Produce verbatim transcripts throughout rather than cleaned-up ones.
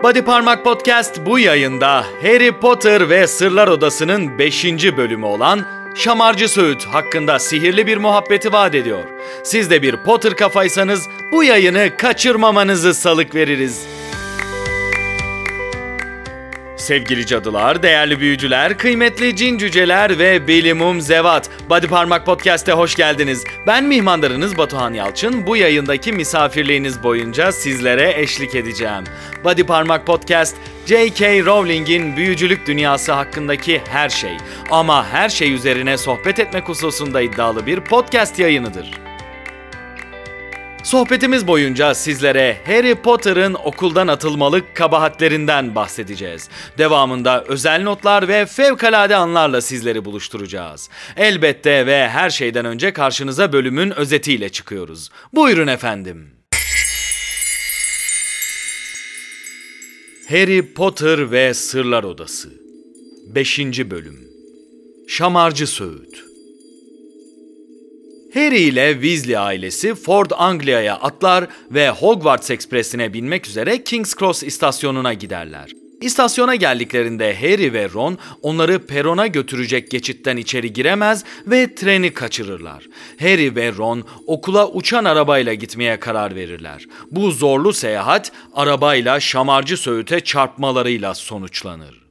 Body Parmak Podcast bu yayında Harry Potter ve Sırlar Odası'nın beşinci bölümü olan Şamarcı Söğüt hakkında sihirli bir muhabbeti vaat ediyor. Siz de bir Potter kafaysanız bu yayını kaçırmamanızı salık veririz. Sevgili cadılar, değerli büyücüler, kıymetli cin cüceler ve bilimum zevat, Body Parmak Podcast'e hoş geldiniz. Ben mihmandarınız Batuhan Yalçın, bu yayındaki misafirliğiniz boyunca sizlere eşlik edeceğim. Body Parmak Podcast, J K. Rowling'in büyücülük dünyası hakkındaki her şey ama her şey üzerine sohbet etmek hususunda iddialı bir podcast yayınıdır. Sohbetimiz boyunca sizlere Harry Potter'ın okuldan atılmalık kabahatlerinden bahsedeceğiz. Devamında özel notlar ve fevkalade anlarla sizleri buluşturacağız. Elbette ve her şeyden önce karşınıza bölümün özetiyle çıkıyoruz. Buyurun efendim. Harry Potter ve Sırlar Odası beşinci bölüm. Şamarcı Söğüt. Harry ile Weasley ailesi Ford Anglia'ya atlar ve Hogwarts Ekspresi'ne binmek üzere King's Cross istasyonuna giderler. İstasyona geldiklerinde Harry ve Ron onları perona götürecek geçitten içeri giremez ve treni kaçırırlar. Harry ve Ron okula uçan arabayla gitmeye karar verirler. Bu zorlu seyahat arabayla Şamarcı Söğüt'e çarpmalarıyla sonuçlanır.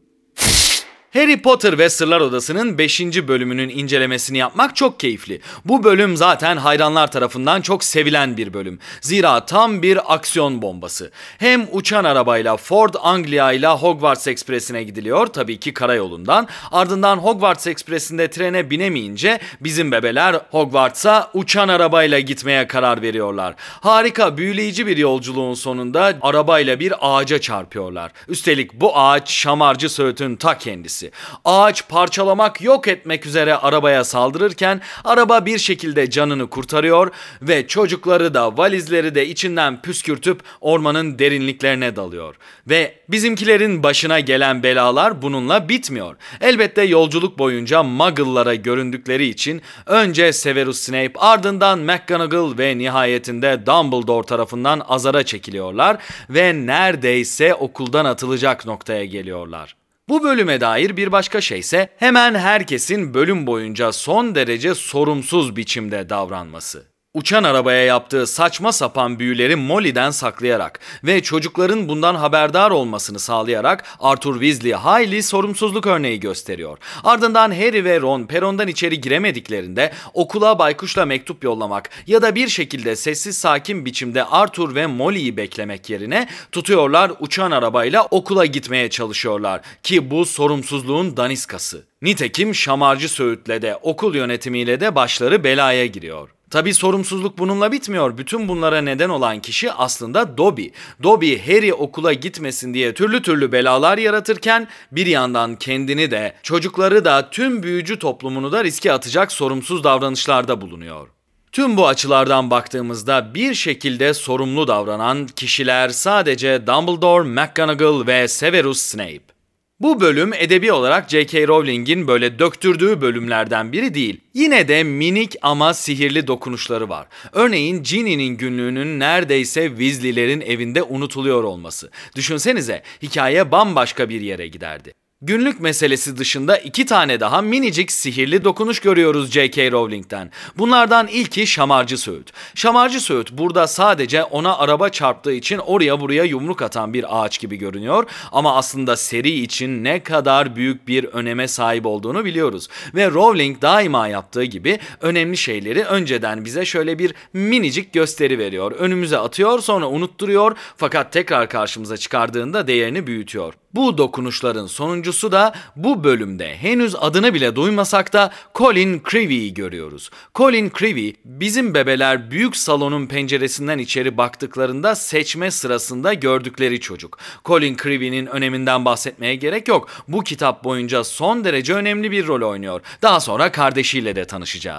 Harry Potter ve Sırlar Odası'nın beşinci bölümünün incelemesini yapmak çok keyifli. Bu bölüm zaten hayranlar tarafından çok sevilen bir bölüm. Zira tam bir aksiyon bombası. Hem uçan arabayla Ford Anglia ile Hogwarts Ekspresi'ne gidiliyor, tabii ki karayolundan. Ardından Hogwarts Ekspresi'nde trene binemeyince bizim bebeler Hogwarts'a uçan arabayla gitmeye karar veriyorlar. Harika, büyüleyici bir yolculuğun sonunda arabayla bir ağaca çarpıyorlar. Üstelik bu ağaç Şamarcı Söğüt'ün ta kendisi. Ağaç parçalamak, yok etmek üzere arabaya saldırırken araba bir şekilde canını kurtarıyor ve çocukları da valizleri de içinden püskürtüp ormanın derinliklerine dalıyor. Ve bizimkilerin başına gelen belalar bununla bitmiyor. Elbette yolculuk boyunca Muggle'lara göründükleri için önce Severus Snape, ardından McGonagall ve nihayetinde Dumbledore tarafından azara çekiliyorlar ve neredeyse okuldan atılacak noktaya geliyorlar. Bu bölüme dair bir başka şeyse hemen herkesin bölüm boyunca son derece sorumsuz biçimde davranması. Uçan arabaya yaptığı saçma sapan büyüleri Molly'den saklayarak ve çocukların bundan haberdar olmasını sağlayarak Arthur Weasley hayli sorumsuzluk örneği gösteriyor. Ardından Harry ve Ron perondan içeri giremediklerinde okula baykuşla mektup yollamak ya da bir şekilde sessiz sakin biçimde Arthur ve Molly'yi beklemek yerine tutuyorlar uçan arabayla okula gitmeye çalışıyorlar ki bu sorumsuzluğun daniskası. Nitekim Şamarcı Söğüt'le de okul yönetimiyle de başları belaya giriyor. Tabii sorumsuzluk bununla bitmiyor. Bütün bunlara neden olan kişi aslında Dobby. Dobby Harry okula gitmesin diye türlü türlü belalar yaratırken bir yandan kendini de çocukları da tüm büyücü toplumunu da riske atacak sorumsuz davranışlarda bulunuyor. Tüm bu açılardan baktığımızda bir şekilde sorumlu davranan kişiler sadece Dumbledore, McGonagall ve Severus Snape. Bu bölüm edebi olarak J K. Rowling'in böyle döktürdüğü bölümlerden biri değil. Yine de minik ama sihirli dokunuşları var. Örneğin Ginny'nin günlüğünün neredeyse Weasley'lerin evinde unutuluyor olması. Düşünsenize, hikaye bambaşka bir yere giderdi. Günlük meselesi dışında iki tane daha minicik sihirli dokunuş görüyoruz J K. Rowling'den. Bunlardan ilki Şamarcı Söğüt. Şamarcı Söğüt burada sadece ona araba çarptığı için oraya buraya yumruk atan bir ağaç gibi görünüyor. Ama aslında seri için ne kadar büyük bir öneme sahip olduğunu biliyoruz. Ve Rowling daima yaptığı gibi önemli şeyleri önceden bize şöyle bir minicik gösteri veriyor. Önümüze atıyor, sonra unutturuyor fakat tekrar karşımıza çıkardığında değerini büyütüyor. Bu dokunuşların sonuncusu da bu bölümde henüz adını bile duymasak da Colin Creevey'i görüyoruz. Colin Creevey, bizim bebeler büyük salonun penceresinden içeri baktıklarında seçme sırasında gördükleri çocuk. Colin Creevey'nin öneminden bahsetmeye gerek yok. Bu kitap boyunca son derece önemli bir rol oynuyor. Daha sonra kardeşiyle de tanışacağız.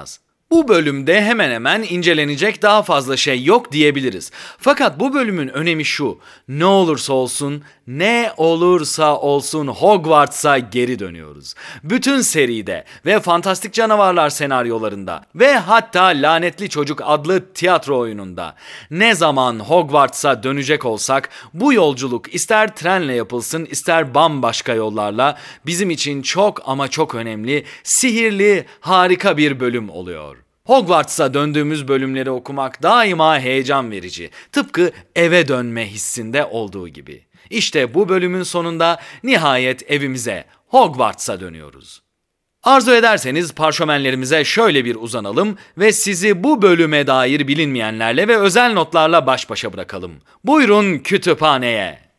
Bu bölümde hemen hemen incelenecek daha fazla şey yok diyebiliriz. Fakat bu bölümün önemi şu: ne olursa olsun, ne olursa olsun Hogwarts'a geri dönüyoruz. Bütün seride ve Fantastik Canavarlar senaryolarında ve hatta Lanetli Çocuk adlı tiyatro oyununda ne zaman Hogwarts'a dönecek olsak bu yolculuk ister trenle yapılsın ister bambaşka yollarla bizim için çok ama çok önemli, sihirli, harika bir bölüm oluyor. Hogwarts'a döndüğümüz bölümleri okumak daima heyecan verici. Tıpkı eve dönme hissinde olduğu gibi. İşte bu bölümün sonunda nihayet evimize, Hogwarts'a dönüyoruz. Arzu ederseniz parşömenlerimize şöyle bir uzanalım ve sizi bu bölüme dair bilinmeyenlerle ve özel notlarla baş başa bırakalım. Buyurun kütüphaneye.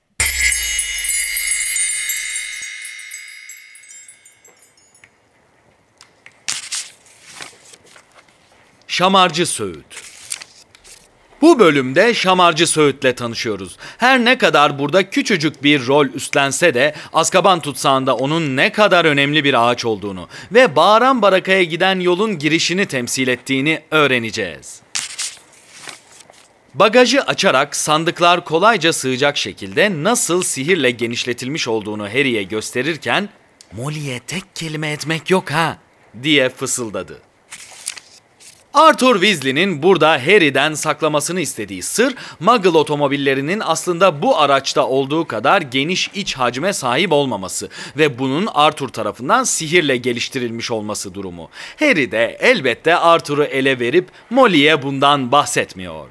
Şamarcı Söğüt. Bu bölümde Şamarcı Söğüt'le tanışıyoruz. Her ne kadar burada küçücük bir rol üstlense de Azkaban tutsağında onun ne kadar önemli bir ağaç olduğunu ve Bağıran Baraka'ya giden yolun girişini temsil ettiğini öğreneceğiz. Bagajı açarak sandıklar kolayca sığacak şekilde nasıl sihirle genişletilmiş olduğunu Harry'e gösterirken "Molly'e tek kelime etmek yok ha" diye fısıldadı. Arthur Weasley'nin burada Harry'den saklamasını istediği sır, Muggle otomobillerinin aslında bu araçta olduğu kadar geniş iç hacme sahip olmaması ve bunun Arthur tarafından sihirle geliştirilmiş olması durumu. Harry de elbette Arthur'u ele verip Molly'e bundan bahsetmiyor.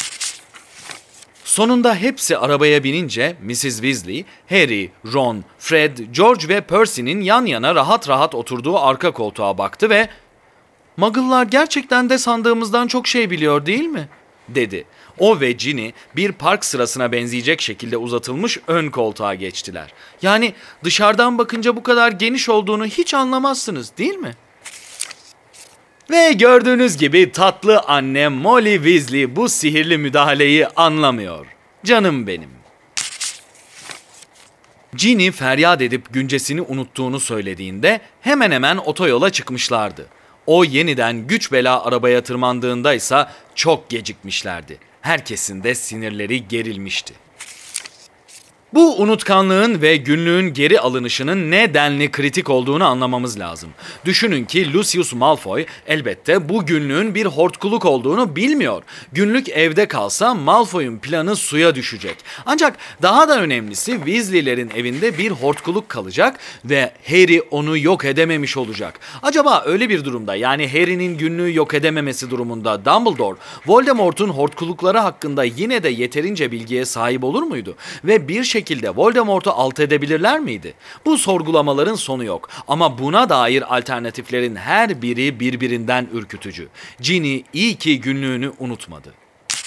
Sonunda hepsi arabaya binince missus Weasley, Harry, Ron, Fred, George ve Percy'nin yan yana rahat rahat oturduğu arka koltuğa baktı ve "Muggle'lar gerçekten de sandığımızdan çok şey biliyor değil mi?" dedi. O ve Ginny bir park sırasına benzeyecek şekilde uzatılmış ön koltuğa geçtiler. Yani dışarıdan bakınca bu kadar geniş olduğunu hiç anlamazsınız değil mi? Ve gördüğünüz gibi tatlı annem Molly Weasley bu sihirli müdahaleyi anlamıyor. Canım benim. Ginny feryat edip güncesini unuttuğunu söylediğinde hemen hemen otoyola çıkmışlardı. O yeniden güç bela arabaya tırmandığında ise çok gecikmişlerdi. Herkesin de sinirleri gerilmişti. Bu unutkanlığın ve günlüğün geri alınışının ne denli kritik olduğunu anlamamız lazım. Düşünün ki Lucius Malfoy elbette bu günlüğün bir hortkuluk olduğunu bilmiyor. Günlük evde kalsa Malfoy'un planı suya düşecek. Ancak daha da önemlisi Weasley'lerin evinde bir hortkuluk kalacak ve Harry onu yok edememiş olacak. Acaba öyle bir durumda, yani Harry'nin günlüğü yok edememesi durumunda Dumbledore, Voldemort'un hortkulukları hakkında yine de yeterince bilgiye sahip olur muydu? Ve bir şekilde şekilde Voldemort'u alt edebilirler miydi? Bu sorgulamaların sonu yok ama buna dair alternatiflerin her biri birbirinden ürkütücü. Ginny iyi ki günlüğünü unutmadı.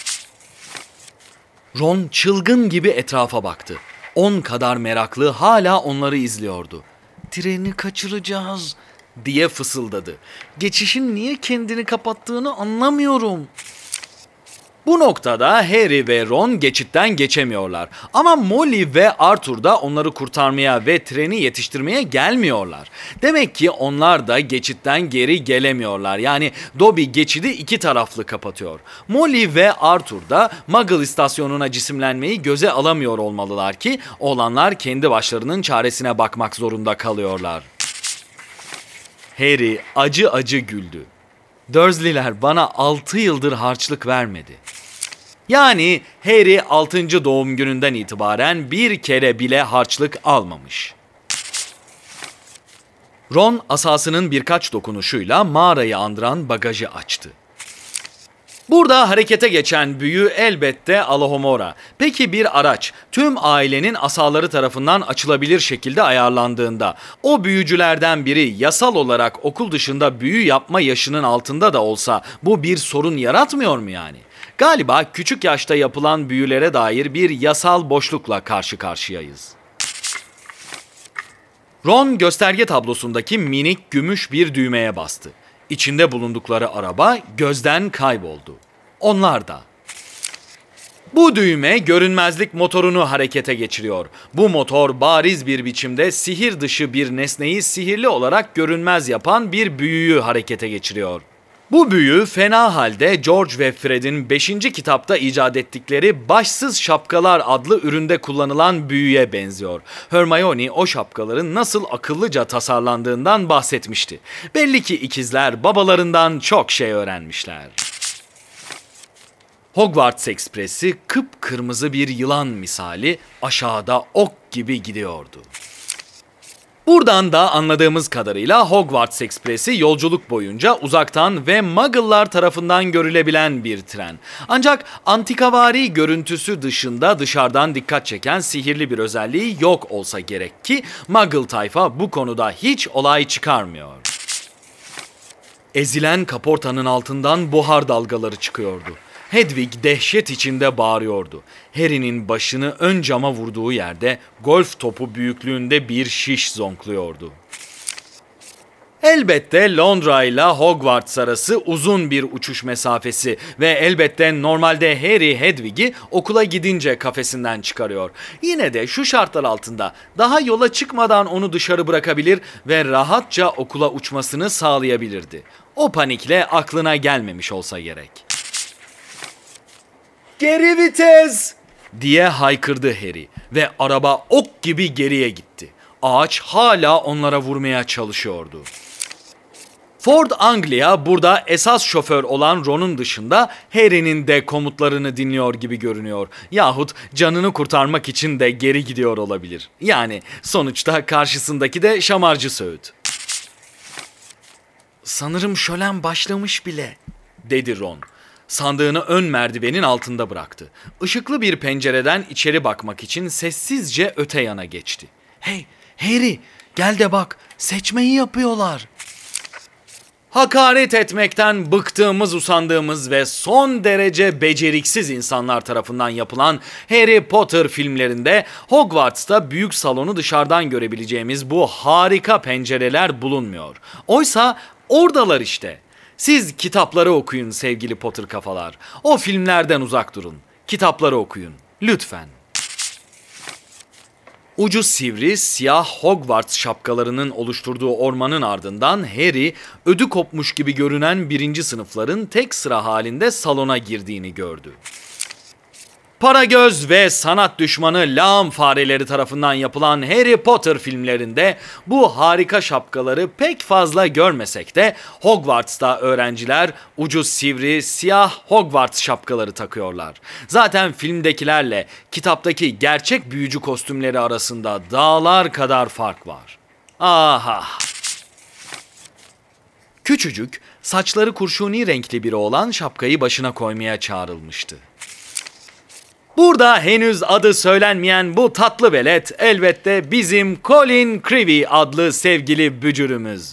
Ron çılgın gibi etrafa baktı. On kadar meraklı hala onları izliyordu. "Treni kaçıracağız" diye fısıldadı. "Geçişin niye kendini kapattığını anlamıyorum." Bu noktada Harry ve Ron geçitten geçemiyorlar. Ama Molly ve Arthur da onları kurtarmaya ve treni yetiştirmeye gelmiyorlar. Demek ki onlar da geçitten geri gelemiyorlar. Yani Dobby geçidi iki taraflı kapatıyor. Molly ve Arthur da Muggle istasyonuna cisimlenmeyi göze alamıyor olmalılar ki oğlanlar kendi başlarının çaresine bakmak zorunda kalıyorlar. Harry acı acı güldü. "Dursley'ler bana altı yıldır harçlık vermedi." Yani Harry altıncı doğum gününden itibaren bir kere bile harçlık almamış. Ron asasının birkaç dokunuşuyla mağarayı andıran bagajı açtı. Burada harekete geçen büyü elbette Alohomora. Peki bir araç tüm ailenin asaları tarafından açılabilir şekilde ayarlandığında o büyücülerden biri yasal olarak okul dışında büyü yapma yaşının altında da olsa bu bir sorun yaratmıyor mu yani? Galiba küçük yaşta yapılan büyülere dair bir yasal boşlukla karşı karşıyayız. Ron gösterge tablosundaki minik gümüş bir düğmeye bastı. İçinde bulundukları araba gözden kayboldu. Onlar da. Bu düğme görünmezlik motorunu harekete geçiriyor. Bu motor bariz bir biçimde sihir dışı bir nesneyi sihirli olarak görünmez yapan bir büyüyü harekete geçiriyor. Bu büyü fena halde George ve Fred'in beşinci kitapta icat ettikleri başsız şapkalar adlı üründe kullanılan büyüye benziyor. Hermione o şapkaların nasıl akıllıca tasarlandığından bahsetmişti. Belli ki ikizler babalarından çok şey öğrenmişler. Hogwarts Ekspresi kıpkırmızı bir yılan misali aşağıda ok gibi gidiyordu. Buradan da anladığımız kadarıyla Hogwarts Ekspresi yolculuk boyunca uzaktan ve Muggle'lar tarafından görülebilen bir tren. Ancak antikavari görüntüsü dışında dışarıdan dikkat çeken sihirli bir özelliği yok olsa gerek ki Muggle tayfa bu konuda hiç olay çıkarmıyor. Ezilen kaportanın altından buhar dalgaları çıkıyordu. Hedwig dehşet içinde bağırıyordu. Harry'nin başını ön cama vurduğu yerde golf topu büyüklüğünde bir şiş zonkluyordu. Elbette Londra ile Hogwarts arası uzun bir uçuş mesafesi ve elbette normalde Harry Hedwig'i okula gidince kafesinden çıkarıyor. Yine de şu şartlar altında daha yola çıkmadan onu dışarı bırakabilir ve rahatça okula uçmasını sağlayabilirdi. O panikle aklına gelmemiş olsa gerek. "Geri vites!" diye haykırdı Harry ve araba ok gibi geriye gitti. Ağaç hala onlara vurmaya çalışıyordu. Ford Anglia burada esas şoför olan Ron'un dışında Harry'nin de komutlarını dinliyor gibi görünüyor. Yahut canını kurtarmak için de geri gidiyor olabilir. Yani sonuçta karşısındaki de şamarcı Söğüt. "Sanırım şölen başlamış bile," dedi Ron. Sandığını ön merdivenin altında bıraktı. Işıklı bir pencereden içeri bakmak için sessizce öte yana geçti. "Hey, Harry, gel de bak, seçmeyi yapıyorlar." Hakaret etmekten bıktığımız, usandığımız ve son derece beceriksiz insanlar tarafından yapılan Harry Potter filmlerinde Hogwarts'ta büyük salonu dışarıdan görebileceğimiz bu harika pencereler bulunmuyor. Oysa oradalar işte. Siz kitapları okuyun sevgili Potter kafalar. O filmlerden uzak durun. Kitapları okuyun. Lütfen. Ucu sivri, siyah Hogwarts şapkalarının oluşturduğu ormanın ardından Harry, ödü kopmuş gibi görünen birinci sınıfların tek sıra halinde salona girdiğini gördü. Paragöz ve sanat düşmanı lağım fareleri tarafından yapılan Harry Potter filmlerinde bu harika şapkaları pek fazla görmesek de Hogwarts'ta öğrenciler ucu sivri siyah Hogwarts şapkaları takıyorlar. Zaten filmdekilerle kitaptaki gerçek büyücü kostümleri arasında dağlar kadar fark var. Aha! Küçücük, saçları kurşuni renkli biri olan şapkayı başına koymaya çağrılmıştı. Burada henüz adı söylenmeyen bu tatlı velet elbette bizim Colin Creevy adlı sevgili bücürümüz.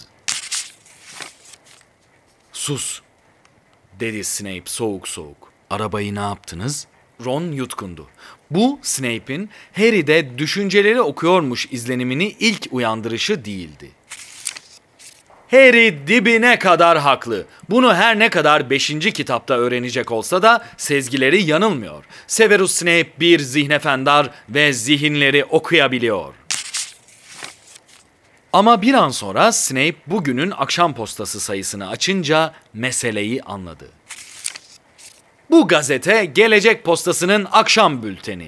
"Sus," dedi Snape soğuk soğuk. "Arabayı ne yaptınız?" Ron yutkundu. Bu Snape'in Harry'de düşünceleri okuyormuş izlenimini ilk uyandırışı değildi. Harry dibine kadar haklı. Bunu her ne kadar beşinci kitapta öğrenecek olsa da sezgileri yanılmıyor. Severus Snape bir zihnefendar ve zihinleri okuyabiliyor. Ama bir an sonra Snape bugünün akşam postası sayısını açınca meseleyi anladı. Bu gazete Gelecek Postası'nın akşam bülteni.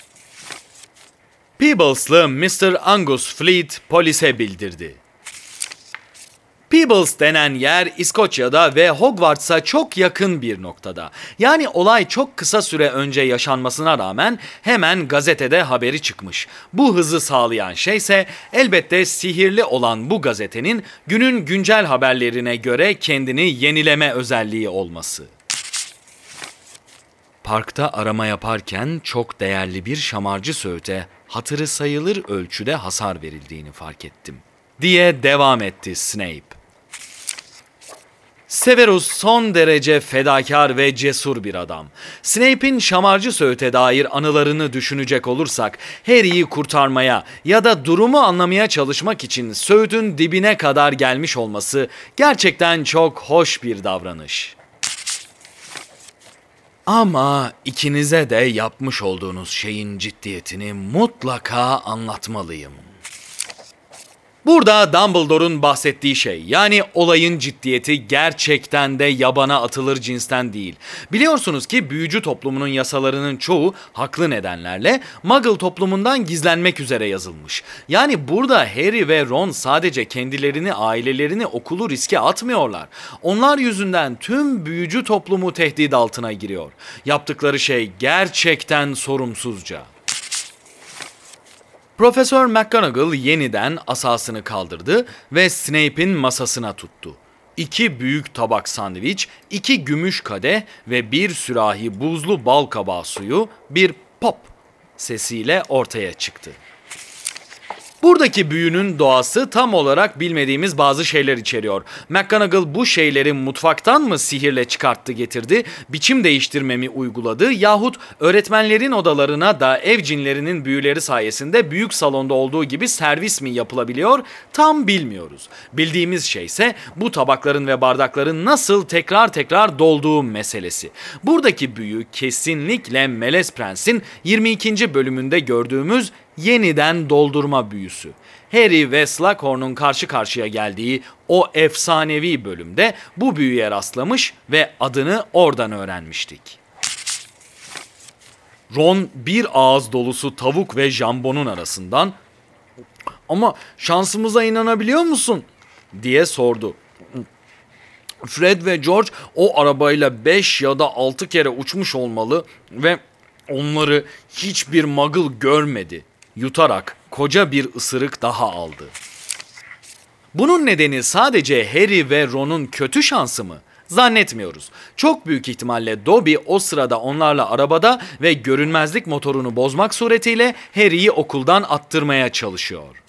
Peebles'lı mister Angus Fleet polise bildirdi. Peebles denen yer İskoçya'da ve Hogwarts'a çok yakın bir noktada. Yani olay çok kısa süre önce yaşanmasına rağmen hemen gazetede haberi çıkmış. Bu hızı sağlayan şeyse elbette sihirli olan bu gazetenin günün güncel haberlerine göre kendini yenileme özelliği olması. Parkta arama yaparken çok değerli bir şamarcı söğüte hatırı sayılır ölçüde hasar verildiğini fark ettim, diye devam etti Snape. Severus son derece fedakar ve cesur bir adam. Snape'in şamarcı söğüte dair anılarını düşünecek olursak, Harry'yi kurtarmaya ya da durumu anlamaya çalışmak için söğütün dibine kadar gelmiş olması gerçekten çok hoş bir davranış. Ama ikinize de yapmış olduğunuz şeyin ciddiyetini mutlaka anlatmalıyım. Burada Dumbledore'un bahsettiği şey, yani olayın ciddiyeti gerçekten de yabana atılır cinsten değil. Biliyorsunuz ki büyücü toplumunun yasalarının çoğu haklı nedenlerle Muggle toplumundan gizlenmek üzere yazılmış. Yani burada Harry ve Ron sadece kendilerini, ailelerini, okulu riske atmıyorlar. Onlar yüzünden tüm büyücü toplumu tehdit altına giriyor. Yaptıkları şey gerçekten sorumsuzca. Profesör McGonagall yeniden asasını kaldırdı ve Snape'in masasına tuttu. İki büyük tabak sandviç, iki gümüş kadeh ve bir sürahi buzlu bal kabağı suyu bir pop sesiyle ortaya çıktı. Buradaki büyünün doğası tam olarak bilmediğimiz bazı şeyler içeriyor. McGonagall bu şeyleri mutfaktan mı sihirle çıkarttı getirdi, biçim değiştirme mi uyguladı yahut öğretmenlerin odalarına da ev cinlerinin büyüleri sayesinde büyük salonda olduğu gibi servis mi yapılabiliyor tam bilmiyoruz. Bildiğimiz şey ise bu tabakların ve bardakların nasıl tekrar tekrar dolduğu meselesi. Buradaki büyü kesinlikle Melez Prens'in yirmi ikinci bölümünde gördüğümüz yeniden doldurma büyüsü. Harry ve Slughorn'un karşı karşıya geldiği o efsanevi bölümde bu büyüye rastlamış ve adını oradan öğrenmiştik. Ron bir ağız dolusu tavuk ve jambonun arasından "Ama şansımıza inanabiliyor musun?" diye sordu. Fred ve George o arabayla beş ya da altı kere uçmuş olmalı ve onları hiçbir Muggle görmedi. Yutarak koca bir ısırık daha aldı. Bunun nedeni sadece Harry ve Ron'un kötü şansı mı? Zannetmiyoruz. Çok büyük ihtimalle Dobby o sırada onlarla arabada ve görünmezlik motorunu bozmak suretiyle Harry'yi okuldan attırmaya çalışıyor.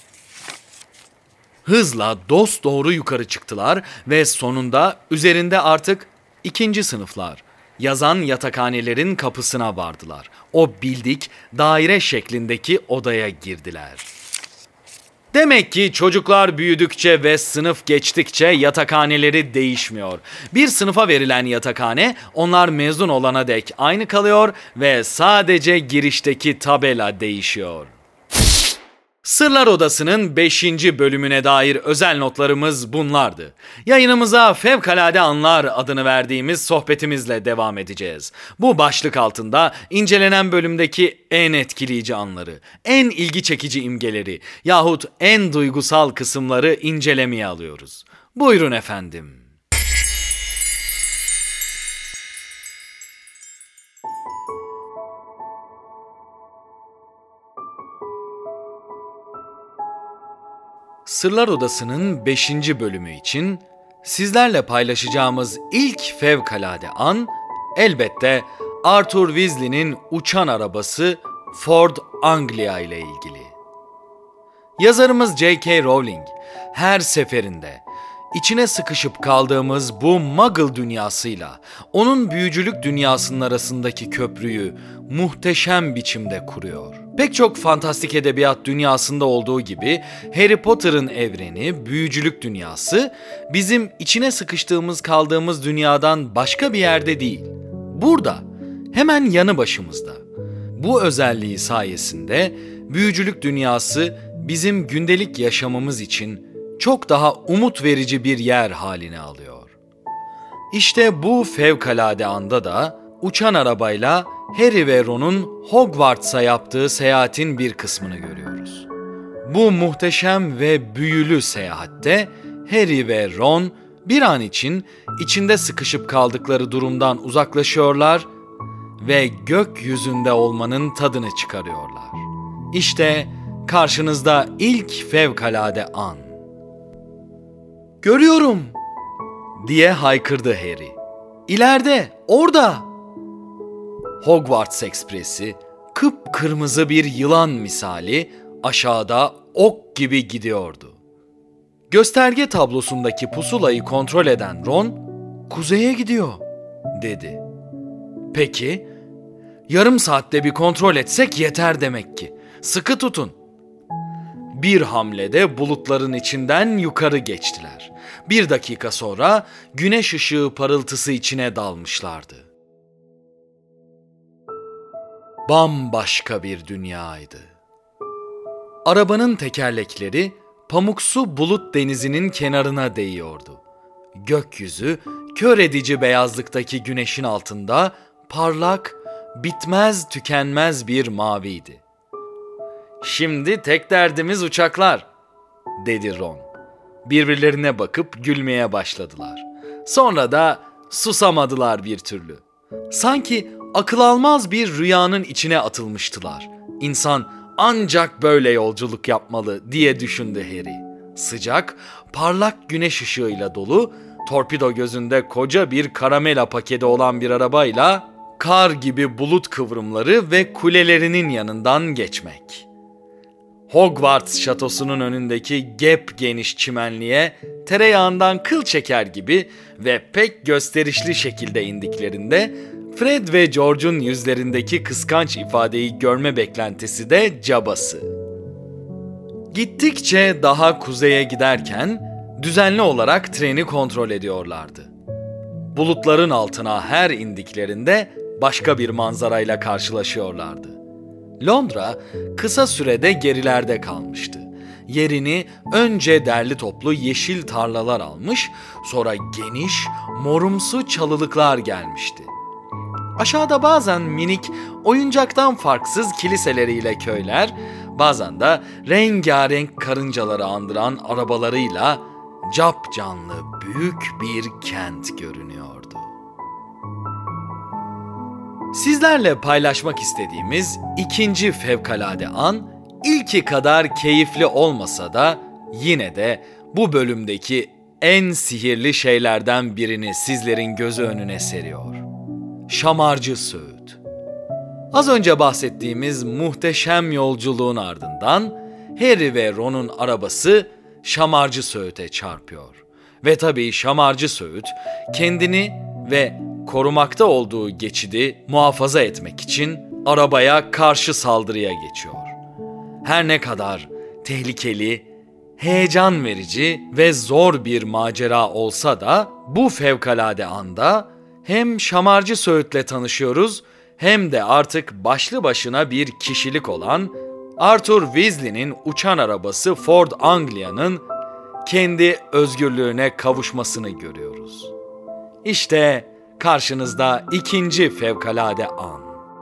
Hızla dosdoğru yukarı çıktılar ve sonunda üzerinde artık ikinci sınıflar yazan yatakhanelerin kapısına vardılar. O bildik daire şeklindeki odaya girdiler. Demek ki çocuklar büyüdükçe ve sınıf geçtikçe yatakhaneleri değişmiyor. Bir sınıfa verilen yatakhane onlar mezun olana dek aynı kalıyor ve sadece girişteki tabela değişiyor. Sırlar Odası'nın beşinci bölümüne dair özel notlarımız bunlardı. Yayınımıza Fevkalade Anlar adını verdiğimiz sohbetimizle devam edeceğiz. Bu başlık altında incelenen bölümdeki en etkileyici anları, en ilgi çekici imgeleri yahut en duygusal kısımları incelemeye alıyoruz. Buyurun efendim. Sırlar Odası'nın beşinci bölümü için sizlerle paylaşacağımız ilk fevkalade an elbette Arthur Weasley'nin uçan arabası Ford Anglia ile ilgili. Yazarımız J K. Rowling her seferinde içine sıkışıp kaldığımız bu Muggle dünyasıyla onun büyücülük dünyasının arasındaki köprüyü muhteşem biçimde kuruyor. Pek çok fantastik edebiyat dünyasında olduğu gibi Harry Potter'ın evreni, büyücülük dünyası bizim içine sıkıştığımız kaldığımız dünyadan başka bir yerde değil. Burada, hemen yanı başımızda. Bu özelliği sayesinde büyücülük dünyası bizim gündelik yaşamımız için çok daha umut verici bir yer haline alıyor. İşte bu fevkalade anda da uçan arabayla Harry ve Ron'un Hogwarts'a yaptığı seyahatin bir kısmını görüyoruz. Bu muhteşem ve büyülü seyahatte Harry ve Ron bir an için içinde sıkışıp kaldıkları durumdan uzaklaşıyorlar ve gökyüzünde olmanın tadını çıkarıyorlar. İşte karşınızda ilk fevkalade an. "Görüyorum!" diye haykırdı Harry. "İleride, orada!" Hogwarts Ekspresi kıpkırmızı bir yılan misali aşağıda ok gibi gidiyordu. Gösterge tablosundaki pusulayı kontrol eden Ron, "Kuzeye gidiyor," dedi. "Peki, yarım saatte bir kontrol etsek yeter demek ki. Sıkı tutun." Bir hamlede bulutların içinden yukarı geçtiler. Bir dakika sonra güneş ışığı parıltısı içine dalmışlardı. Bambaşka bir dünyaydı. Arabanın tekerlekleri pamuksu bulut denizinin kenarına değiyordu. Gökyüzü kör edici beyazlıktaki güneşin altında parlak, bitmez tükenmez bir maviydi. "Şimdi tek derdimiz uçaklar," dedi Ron. Birbirlerine bakıp gülmeye başladılar. Sonra da susamadılar bir türlü. Sanki akıl almaz bir rüyanın içine atılmıştılar. İnsan ancak böyle yolculuk yapmalı diye düşündü Harry. Sıcak, parlak güneş ışığıyla dolu, torpido gözünde koca bir karamela paketi olan bir arabayla kar gibi bulut kıvrımları ve kulelerinin yanından geçmek. Hogwarts şatosunun önündeki gep geniş çimenliğe tereyağından kıl çeker gibi ve pek gösterişli şekilde indiklerinde Fred ve George'un yüzlerindeki kıskanç ifadeyi görme beklentisi de cabası. Gittikçe daha kuzeye giderken düzenli olarak treni kontrol ediyorlardı. Bulutların altına her indiklerinde başka bir manzarayla karşılaşıyorlardı. Londra kısa sürede gerilerde kalmıştı. Yerini önce derli toplu yeşil tarlalar almış, sonra geniş, morumsu çalılıklar gelmişti. Aşağıda bazen minik, oyuncaktan farksız kiliseleriyle köyler, bazen de rengarenk karıncaları andıran arabalarıyla capcanlı büyük bir kent görünüyordu. Sizlerle paylaşmak istediğimiz ikinci fevkalade an, ilki kadar keyifli olmasa da yine de bu bölümdeki en sihirli şeylerden birini sizlerin gözü önüne seriyor. Şamarcı Söğüt. Az önce bahsettiğimiz muhteşem yolculuğun ardından Harry ve Ron'un arabası Şamarcı Söğüt'e çarpıyor. Ve tabii Şamarcı Söğüt kendini ve korumakta olduğu geçidi muhafaza etmek için arabaya karşı saldırıya geçiyor. Her ne kadar tehlikeli, heyecan verici ve zor bir macera olsa da bu fevkalade anda hem Şamarcı Söğüt'le tanışıyoruz hem de artık başlı başına bir kişilik olan Arthur Weasley'nin uçan arabası Ford Anglia'nın kendi özgürlüğüne kavuşmasını görüyoruz. İşte karşınızda ikinci fevkalade an.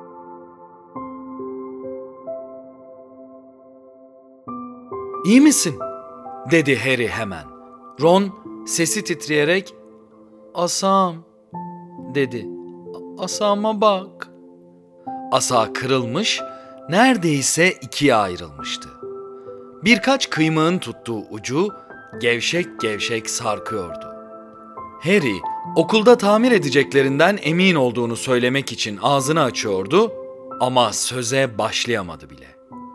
"İyi misin?" dedi Harry hemen. Ron sesi titreyerek "Asam," dedi. "Asama bak." Asa kırılmış, neredeyse ikiye ayrılmıştı. Birkaç kıymığın tuttuğu ucu gevşek gevşek sarkıyordu. Harry, okulda tamir edeceklerinden emin olduğunu söylemek için ağzını açıyordu ama söze başlayamadı bile.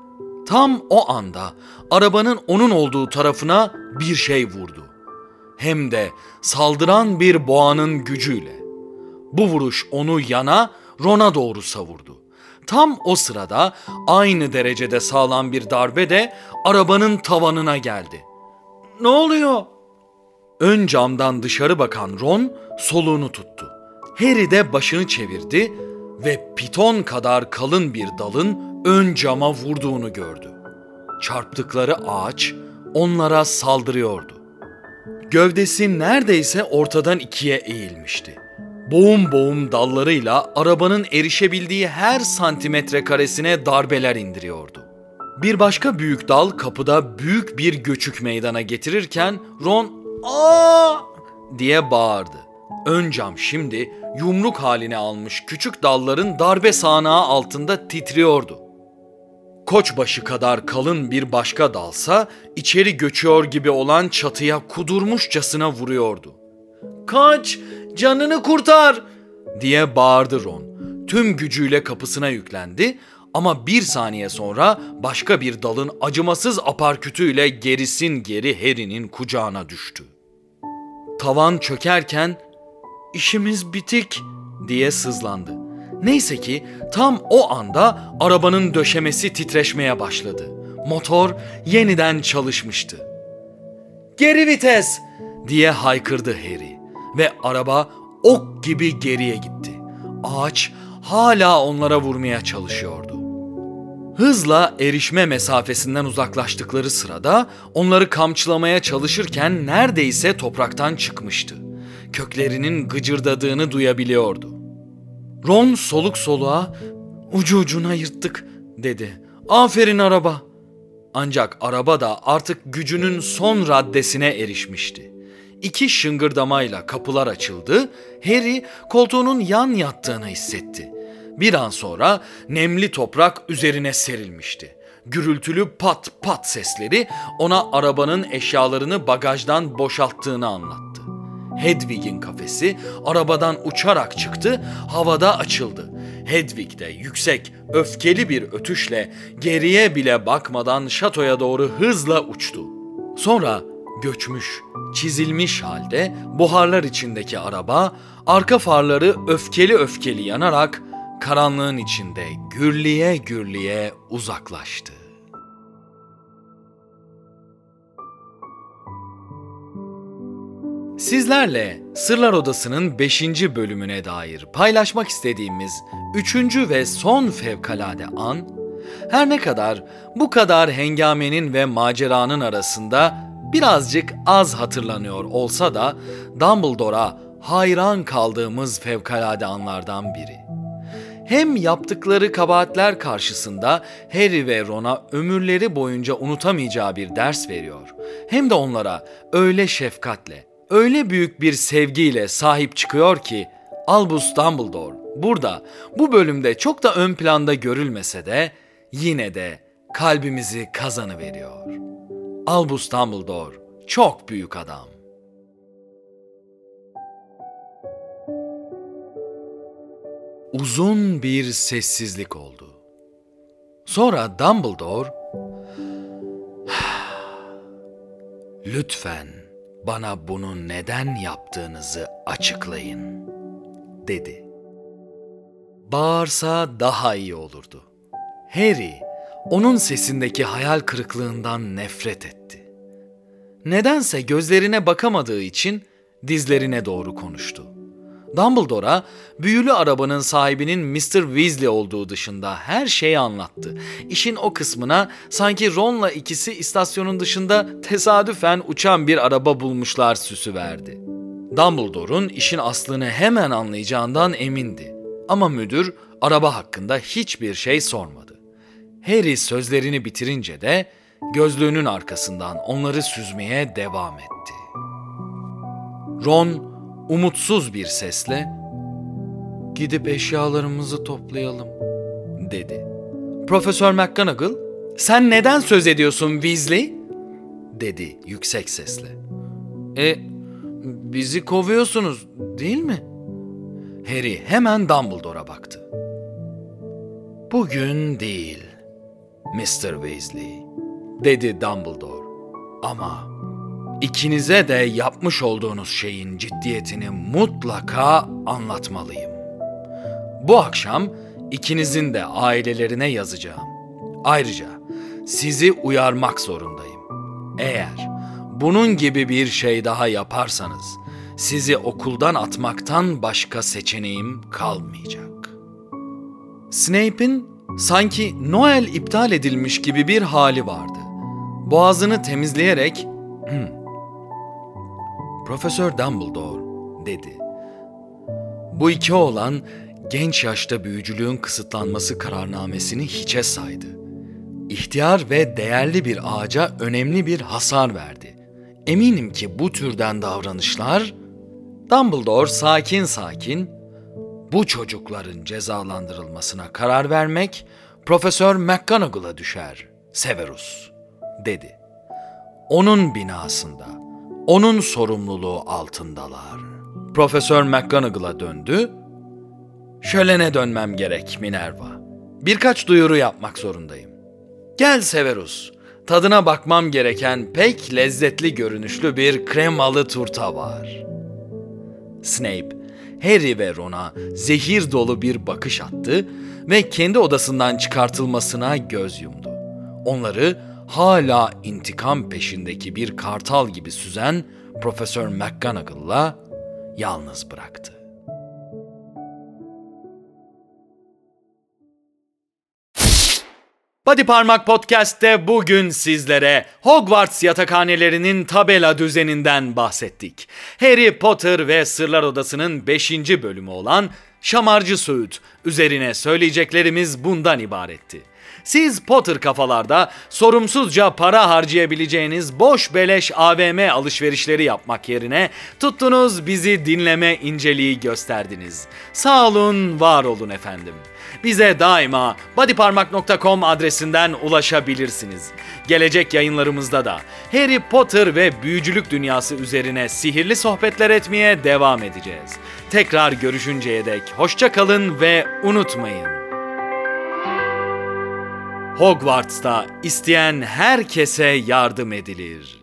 Tam o anda arabanın onun olduğu tarafına bir şey vurdu. Hem de saldıran bir boğanın gücüyle. Bu vuruş onu yana, Ron'a doğru savurdu. Tam o sırada aynı derecede sağlam bir darbe de arabanın tavanına geldi. "Ne oluyor?" Ön camdan dışarı bakan Ron soluğunu tuttu. Harry de başını çevirdi ve piton kadar kalın bir dalın ön cama vurduğunu gördü. Çarptıkları ağaç onlara saldırıyordu. Gövdesi neredeyse ortadan ikiye eğilmişti. Boğum boğum dallarıyla arabanın erişebildiği her santimetre karesine darbeler indiriyordu. Bir başka büyük dal kapıda büyük bir göçük meydana getirirken Ron "Aa!" diye bağırdı. Ön cam şimdi yumruk haline almış küçük dalların darbe sağanağı altında titriyordu. Koçbaşı kadar kalın bir başka dalsa içeri göçüyor gibi olan çatıya kudurmuşçasına vuruyordu. "Kaç! Canını kurtar!" diye bağırdı Ron. Tüm gücüyle kapısına yüklendi ama bir saniye sonra başka bir dalın acımasız aparkütüyle gerisin geri Harry'nin kucağına düştü. Tavan çökerken "İşimiz bitik," diye sızlandı. Neyse ki tam o anda arabanın döşemesi titreşmeye başladı. Motor yeniden çalışmıştı. "Geri vites!" diye haykırdı Harry ve araba ok gibi geriye gitti. Ağaç hala onlara vurmaya çalışıyordu. Hızla erişme mesafesinden uzaklaştıkları sırada onları kamçılamaya çalışırken neredeyse topraktan çıkmıştı. Köklerinin gıcırdadığını duyabiliyordu. Ron soluk soluğa "Ucu ucuna yırttık," dedi. "Aferin araba." Ancak araba da artık gücünün son raddesine erişmişti. İki şıngırdamayla kapılar açıldı, Harry koltuğunun yan yattığını hissetti. Bir an sonra nemli toprak üzerine serilmişti. Gürültülü pat pat sesleri ona arabanın eşyalarını bagajdan boşalttığını anlattı. Hedwig'in kafesi arabadan uçarak çıktı, havada açıldı. Hedwig de yüksek, öfkeli bir ötüşle geriye bile bakmadan şatoya doğru hızla uçtu. Sonra göçmüş, çizilmiş halde buharlar içindeki araba, arka farları öfkeli öfkeli yanarak karanlığın içinde gürleye gürleye uzaklaştı. Sizlerle Sırlar Odası'nın beşinci bölümüne dair paylaşmak istediğimiz üçüncü ve son fevkalade an, her ne kadar bu kadar hengamenin ve maceranın arasında birazcık az hatırlanıyor olsa da Dumbledore'a hayran kaldığımız fevkalade anlardan biri. Hem yaptıkları kabahatler karşısında Harry ve Ron'a ömürleri boyunca unutamayacağı bir ders veriyor, hem de onlara öyle şefkatle, öyle büyük bir sevgiyle sahip çıkıyor ki Albus Dumbledore burada, bu bölümde çok da ön planda görülmese de yine de kalbimizi kazanıveriyor. Albus Dumbledore çok büyük adam. Uzun bir sessizlik oldu. Sonra Dumbledore, "Lütfen bana bunu neden yaptığınızı açıklayın," dedi. Bağırsa daha iyi olurdu. Harry, onun sesindeki hayal kırıklığından nefret etti. Nedense gözlerine bakamadığı için dizlerine doğru konuştu. Dumbledore'a büyülü arabanın sahibinin mister Weasley olduğu dışında her şeyi anlattı. İşin o kısmına sanki Ron'la ikisi istasyonun dışında tesadüfen uçan bir araba bulmuşlar süsü verdi. Dumbledore'un işin aslını hemen anlayacağından emindi. Ama müdür araba hakkında hiçbir şey sormadı. Harry sözlerini bitirince de gözlüğünün arkasından onları süzmeye devam etti. Ron umutsuz bir sesle "Gidip eşyalarımızı toplayalım," dedi. Profesör McGonagall, "Sen neden söz ediyorsun Weasley?" dedi yüksek sesle. "E, bizi kovuyorsunuz değil mi?" Harry hemen Dumbledore'a baktı. "Bugün değil, mister Weasley," dedi Dumbledore. "Ama İkinize de yapmış olduğunuz şeyin ciddiyetini mutlaka anlatmalıyım. Bu akşam ikinizin de ailelerine yazacağım. Ayrıca sizi uyarmak zorundayım. Eğer bunun gibi bir şey daha yaparsanız sizi okuldan atmaktan başka seçeneğim kalmayacak." Snape'in sanki Noel iptal edilmiş gibi bir hali vardı. Boğazını temizleyerek "Profesör Dumbledore," dedi. Bu iki oğlan genç yaşta büyücülüğün kısıtlanması kararnamesini hiçe saydı. İhtiyar ve değerli bir ağaca önemli bir hasar verdi. Eminim ki bu türden davranışlar... Dumbledore sakin sakin, "Bu çocukların cezalandırılmasına karar vermek Profesör McGonagall'a düşer, Severus," dedi. "Onun binasında, onun sorumluluğu altındalar." Profesör McGonagall'a döndü. "Şölene dönmem gerek Minerva. Birkaç duyuru yapmak zorundayım. Gel Severus, tadına bakmam gereken pek lezzetli görünüşlü bir kremalı turta var." Snape, Harry ve Ron'a zehir dolu bir bakış attı ve kendi odasından çıkartılmasına göz yumdu. Onları hala intikam peşindeki bir kartal gibi süzen Profesör McGonagall'la yalnız bıraktı. Body Parmak Podcast'te bugün sizlere Hogwarts yatakhanelerinin tabela düzeninden bahsettik. Harry Potter ve Sırlar Odası'nın beşinci bölümü olan Şamarcı Söğüt üzerine söyleyeceklerimiz bundan ibaretti. Siz Potter kafalarda sorumsuzca para harcayabileceğiniz boş beleş A V M alışverişleri yapmak yerine tuttunuz bizi dinleme inceliği gösterdiniz. Sağ olun, var olun efendim. Bize daima bodyparmak nokta com adresinden ulaşabilirsiniz. Gelecek yayınlarımızda da Harry Potter ve büyücülük dünyası üzerine sihirli sohbetler etmeye devam edeceğiz. Tekrar görüşünceye dek hoşça kalın ve unutmayın. Hogwarts'ta isteyen herkese yardım edilir.